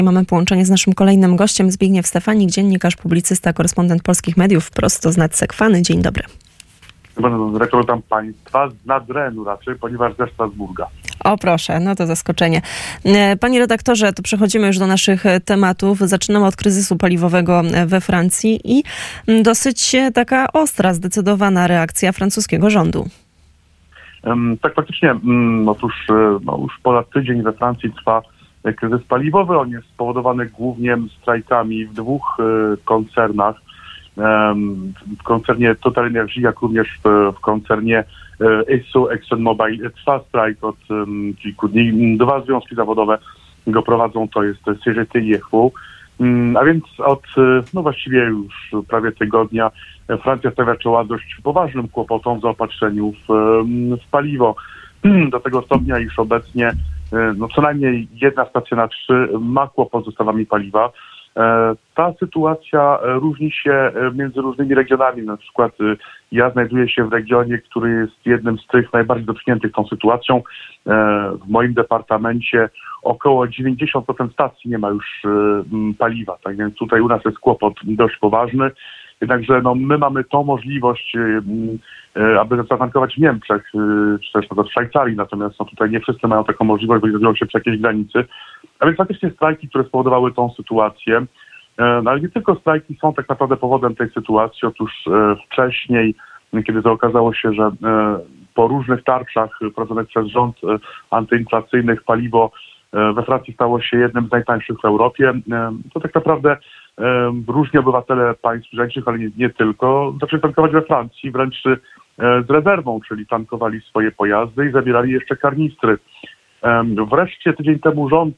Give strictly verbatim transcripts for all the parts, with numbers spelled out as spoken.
Mamy połączenie z naszym kolejnym gościem, Zbigniew Stefanik, dziennikarz, publicysta, korespondent Polskich Mediów, prosto z Nadsekwany. Dzień dobry. Rekrutam państwa z Nadrenu raczej, ponieważ ze Strasburga. O proszę, no to zaskoczenie. Panie redaktorze, to przechodzimy już do naszych tematów. Zaczynamy od kryzysu paliwowego we Francji i dosyć taka ostra, zdecydowana reakcja francuskiego rządu. Um, tak faktycznie, um, otóż no, już ponad tydzień we Francji trwa kryzys paliwowy. On jest spowodowany głównie strajkami w dwóch y, koncernach. Um, w koncernie Total Energy, jak również w, w koncernie y, Esso, ExxonMobil trwa strajk od um, kilku dni. Dwa związki zawodowe go prowadzą, to jest C G T i F O. Um, a więc od no właściwie już prawie tygodnia Francja stawia czoła dość poważnym kłopotom w zaopatrzeniu w, w paliwo. Do tego stopnia, iż obecnie no co najmniej jedna stacja na trzy ma kłopot z dostawami paliwa. Ta sytuacja różni się między różnymi regionami. Na przykład ja znajduję się w regionie, który jest jednym z tych najbardziej dotkniętych tą sytuacją. W moim departamencie około dziewięćdziesiąt procent stacji nie ma już paliwa. Tak więc tutaj u nas jest kłopot dość poważny. Jednakże no, my mamy tą możliwość, aby zatankować w Niemczech, czy też w Szwajcarii, natomiast no, tutaj nie wszyscy mają taką możliwość, bo znajdują się przy jakiejś granicy. A więc faktycznie strajki, które spowodowały tą sytuację, no, ale nie tylko strajki są tak naprawdę powodem tej sytuacji. Otóż wcześniej, kiedy to okazało się, że po różnych tarczach prowadzonych przez rząd antyinflacyjnych paliwo we Francji stało się jednym z najtańszych w Europie, to tak naprawdę różni obywatele państw zagranicznych, ale nie, nie tylko, zaczęli tankować we Francji wręcz z rezerwą, czyli tankowali swoje pojazdy i zabierali jeszcze karnistry. Wreszcie tydzień temu rząd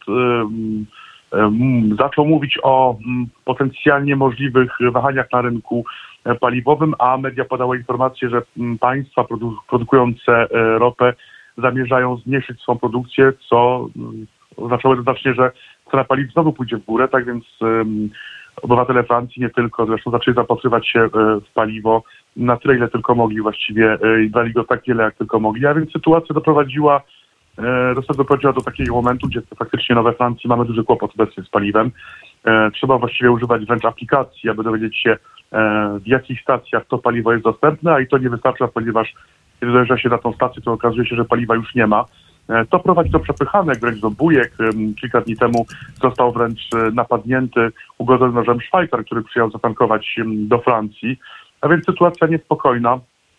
zaczął mówić o potencjalnie możliwych wahaniach na rynku paliwowym, a media podały informację, że państwa produ- produkujące ropę zamierzają zmniejszyć swoją produkcję, co oznaczało znacznie, że cena paliw znowu pójdzie w górę, tak więc um, obywatele Francji nie tylko zresztą zaczęli zapatrywać się e, w paliwo na tyle, ile tylko mogli właściwie e, i brali go tak wiele, jak tylko mogli, a więc sytuacja doprowadziła e, doprowadziła do takiego momentu, gdzie faktycznie no, we Francji mamy duży kłopot obecnie z paliwem. E, trzeba właściwie używać wręcz aplikacji, aby dowiedzieć się, e, w jakich stacjach to paliwo jest dostępne, a i to nie wystarcza, ponieważ kiedy dojeżdża się na tą stację, to okazuje się, że paliwa już nie ma. To prowadzi do przepychanek, wręcz do bujek. Kilka dni temu został wręcz napadnięty ugodzony nożem Szwajcar, który przyjechał zatankować do Francji. A więc sytuacja niespokojna.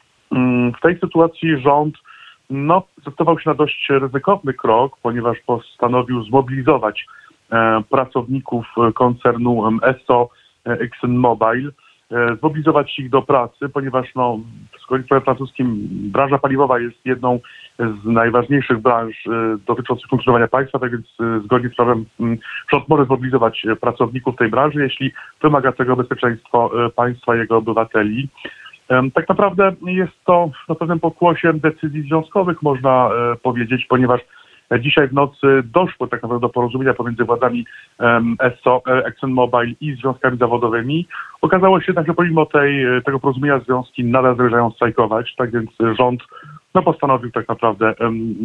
W tej sytuacji rząd no, zdecydował się na dość ryzykowny krok, ponieważ postanowił zmobilizować e, pracowników koncernu Esso, ExxonMobil, zmobilizować ich do pracy, ponieważ no, w szkolnictwie francuskim branża paliwowa jest jedną z najważniejszych branż y, dotyczących funkcjonowania państwa, tak więc y, zgodnie z prawem y, rząd może zmobilizować pracowników tej branży, jeśli wymaga tego bezpieczeństwo y, państwa i jego obywateli. Y, tak naprawdę jest to na pewnym pokłosiem decyzji związkowych, można y, powiedzieć, ponieważ dzisiaj w nocy doszło tak naprawdę do porozumienia pomiędzy władzami um, Esso, ExxonMobil i związkami zawodowymi. Okazało się jednak, że pomimo tej, tego porozumienia związki nadal zamierzają strajkować, tak więc rząd no, postanowił tak naprawdę um,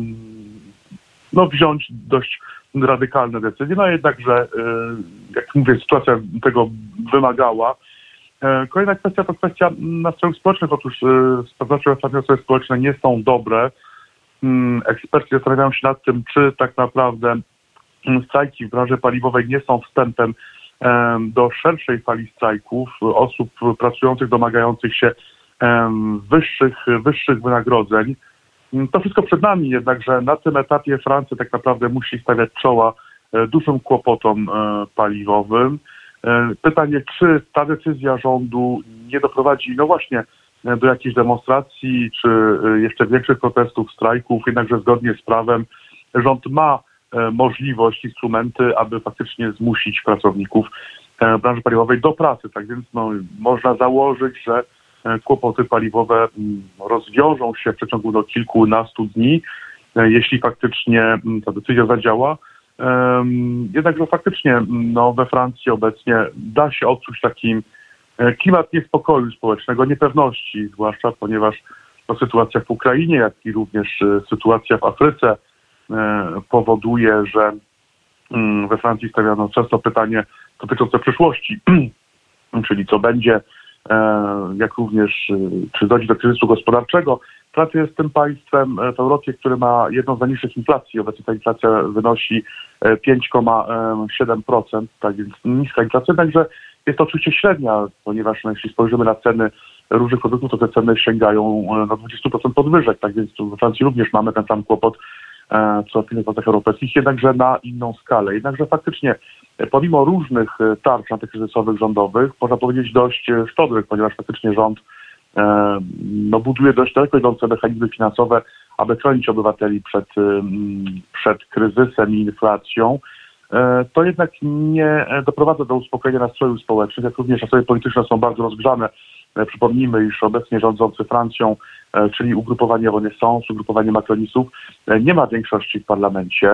no, wziąć dość radykalne decyzje, no jednakże, jak mówię, sytuacja tego wymagała. Kolejna kwestia to kwestia nastrojów społecznych. Otóż społeczne nastroje społeczne nie są dobre. Eksperci zastanawiają się nad tym, czy tak naprawdę strajki w branży paliwowej nie są wstępem do szerszej fali strajków osób pracujących, domagających się wyższych, wyższych wynagrodzeń. To wszystko przed nami, jednakże na tym etapie Francja tak naprawdę musi stawiać czoła dużym kłopotom paliwowym. Pytanie, czy ta decyzja rządu nie doprowadzi, no właśnie, do jakichś demonstracji, czy jeszcze większych protestów, strajków, jednakże zgodnie z prawem rząd ma możliwość, instrumenty, aby faktycznie zmusić pracowników branży paliwowej do pracy. Tak więc no, można założyć, że kłopoty paliwowe rozwiążą się w przeciągu do kilkunastu dni, jeśli faktycznie ta decyzja zadziała. Jednakże faktycznie no, we Francji obecnie da się odczuć takim klimat niespokoju społecznego, niepewności, zwłaszcza ponieważ to sytuacja w Ukrainie, jak i również sytuacja w Afryce powoduje, że We Francji stawiano często pytanie dotyczące przyszłości, czyli co będzie, jak również czy dojdzie do kryzysu gospodarczego. Francja jest tym państwem w Europie, który ma jedną z najniższych inflacji. Obecnie ta inflacja wynosi pięć przecinek siedem procent, tak więc niska inflacja, także jest to oczywiście średnia, ponieważ no, jeśli spojrzymy na ceny różnych produktów, to te ceny sięgają na dwadzieścia procent podwyżek, tak więc we Francji również mamy ten sam kłopot co w innych państwach europejskich, jednakże na inną skalę. Jednakże faktycznie pomimo różnych tarcz antykryzysowych rządowych, można powiedzieć dość szczodrych, ponieważ faktycznie rząd no, buduje dość daleko idące mechanizmy finansowe, aby chronić obywateli przed, przed kryzysem i inflacją, to jednak nie doprowadza do uspokojenia nastrojów społecznych, jak również nastroje polityczne są bardzo rozgrzane. Przypomnijmy, iż obecnie rządzący Francją, czyli ugrupowanie Renaissance, ugrupowanie makronistów, nie ma większości w parlamencie.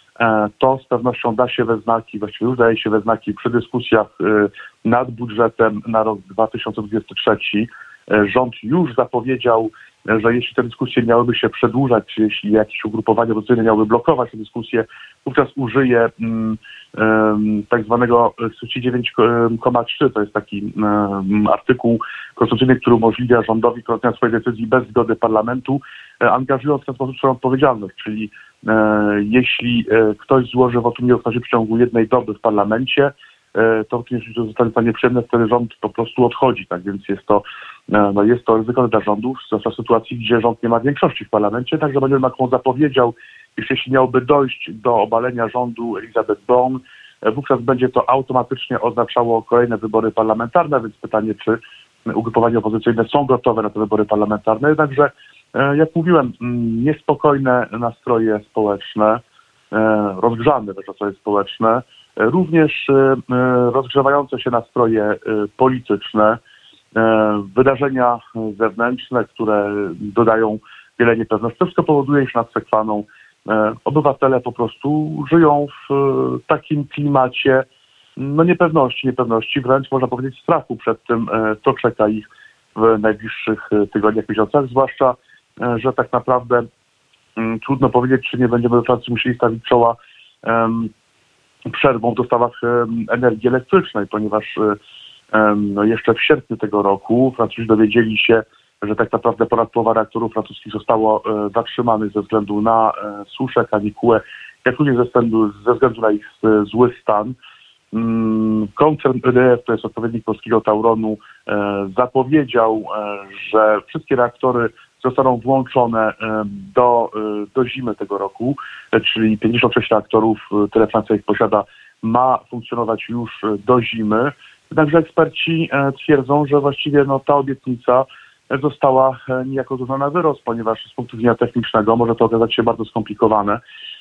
To z pewnością da się we znaki, właściwie już daje się we znaki przy dyskusjach nad budżetem na rok dwa tysiące dwudziesty trzeci. Rząd już zapowiedział, że jeśli te dyskusje miałyby się przedłużać, jeśli jakieś ugrupowanie opozycyjne miałyby blokować te dyskusje, wówczas użyje um, um, tak zwanego sto dziewięć przecinek trzy, to jest taki um, artykuł konstytucyjny, który umożliwia rządowi prowadzenie swojej decyzji bez zgody parlamentu, e, angażując w ten sposób swoją odpowiedzialność, czyli e, jeśli e, ktoś złoży wotum nieufności w ciągu jednej doby w parlamencie, to jeśli to zostanie to nieprzyjemne, wtedy rząd po prostu odchodzi, tak więc jest to, no jest to ryzyko dla rządów, zwłaszcza w sytuacji, gdzie rząd nie ma większości w parlamencie, także Emmanuel Macron zapowiedział, iż jeśli miałoby dojść do obalenia rządu Elisabeth Borne, wówczas będzie to automatycznie oznaczało kolejne wybory parlamentarne, więc pytanie, czy ugrupowania opozycyjne są gotowe na te wybory parlamentarne, jednakże, jak mówiłem, niespokojne nastroje społeczne, rozgrzane też nastroje społeczne, również rozgrzewające się nastroje polityczne, wydarzenia zewnętrzne, które dodają wiele niepewności. To wszystko powoduje, iż nad Sekwaną obywatele po prostu żyją w takim klimacie no niepewności, niepewności, wręcz można powiedzieć strachu przed tym, co czeka ich w najbliższych tygodniach, miesiącach, zwłaszcza, że tak naprawdę trudno powiedzieć, czy nie będziemy we Francji musieli stawić czoła przerwą w dostawach energii elektrycznej, ponieważ no jeszcze w sierpniu tego roku Francuzi dowiedzieli się, że tak naprawdę ponad połowa reaktorów francuskich zostało zatrzymanych ze względu na suszę, kanikułę, jak również ze względu, ze względu na ich zły stan. Koncern E D F, to jest odpowiednik polskiego Tauronu, zapowiedział, że wszystkie reaktory zostaną włączone do, do zimy tego roku, czyli pięćdziesiąt sześć reaktorów, tyle Francja ich posiada, ma funkcjonować już do zimy. Jednakże eksperci twierdzą, że właściwie no, ta obietnica została niejako złożona na wyrost, ponieważ z punktu widzenia technicznego może to okazać się bardzo skomplikowane.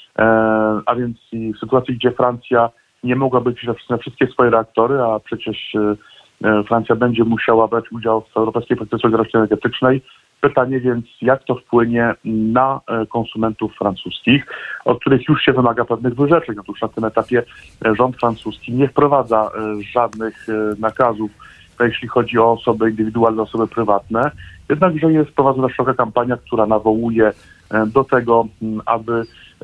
A więc w sytuacji, gdzie Francja nie mogłaby liczyć na wszystkie swoje reaktory, a przecież Francja będzie musiała brać udział w Europejskiej Polityce Solidarności Energetycznej. Pytanie więc, jak to wpłynie na konsumentów francuskich, od których już się wymaga pewnych wyrzeczeń. Otóż na tym etapie rząd francuski nie wprowadza żadnych nakazów, jeśli chodzi o osoby indywidualne, osoby prywatne, jednakże jest prowadzona szeroka kampania, która nawołuje do tego, aby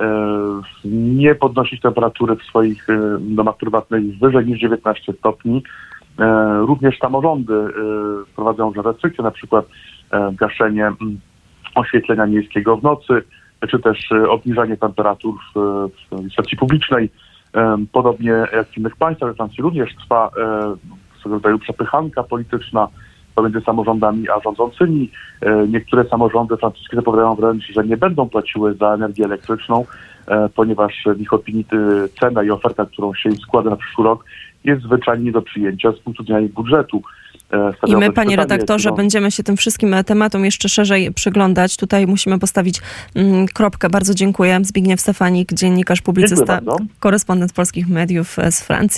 nie podnosić temperatury w swoich domach prywatnych wyżej niż dziewiętnaście stopni. Również samorządy wprowadzają restrykcje, na przykład gaszenie oświetlenia miejskiego w nocy, czy też obniżanie temperatur w, w administracji publicznej. Podobnie jak w innych państwach, we Francji również trwa swego rodzaju przepychanka polityczna pomiędzy samorządami a rządzącymi. Niektóre samorządy francuskie zapowiadają wręcz, że nie będą płaciły za energię elektryczną, ponieważ w ich opinii cena i oferta, którą się im składa na przyszły rok, jest zwyczajnie nie do przyjęcia z punktu widzenia ich budżetu. I my, panie redaktorze, będziemy się tym wszystkim tematom jeszcze szerzej przyglądać. Tutaj musimy postawić mm, kropkę. Bardzo dziękuję. Zbigniew Stefanik, dziennikarz, publicysta, korespondent polskich mediów z Francji.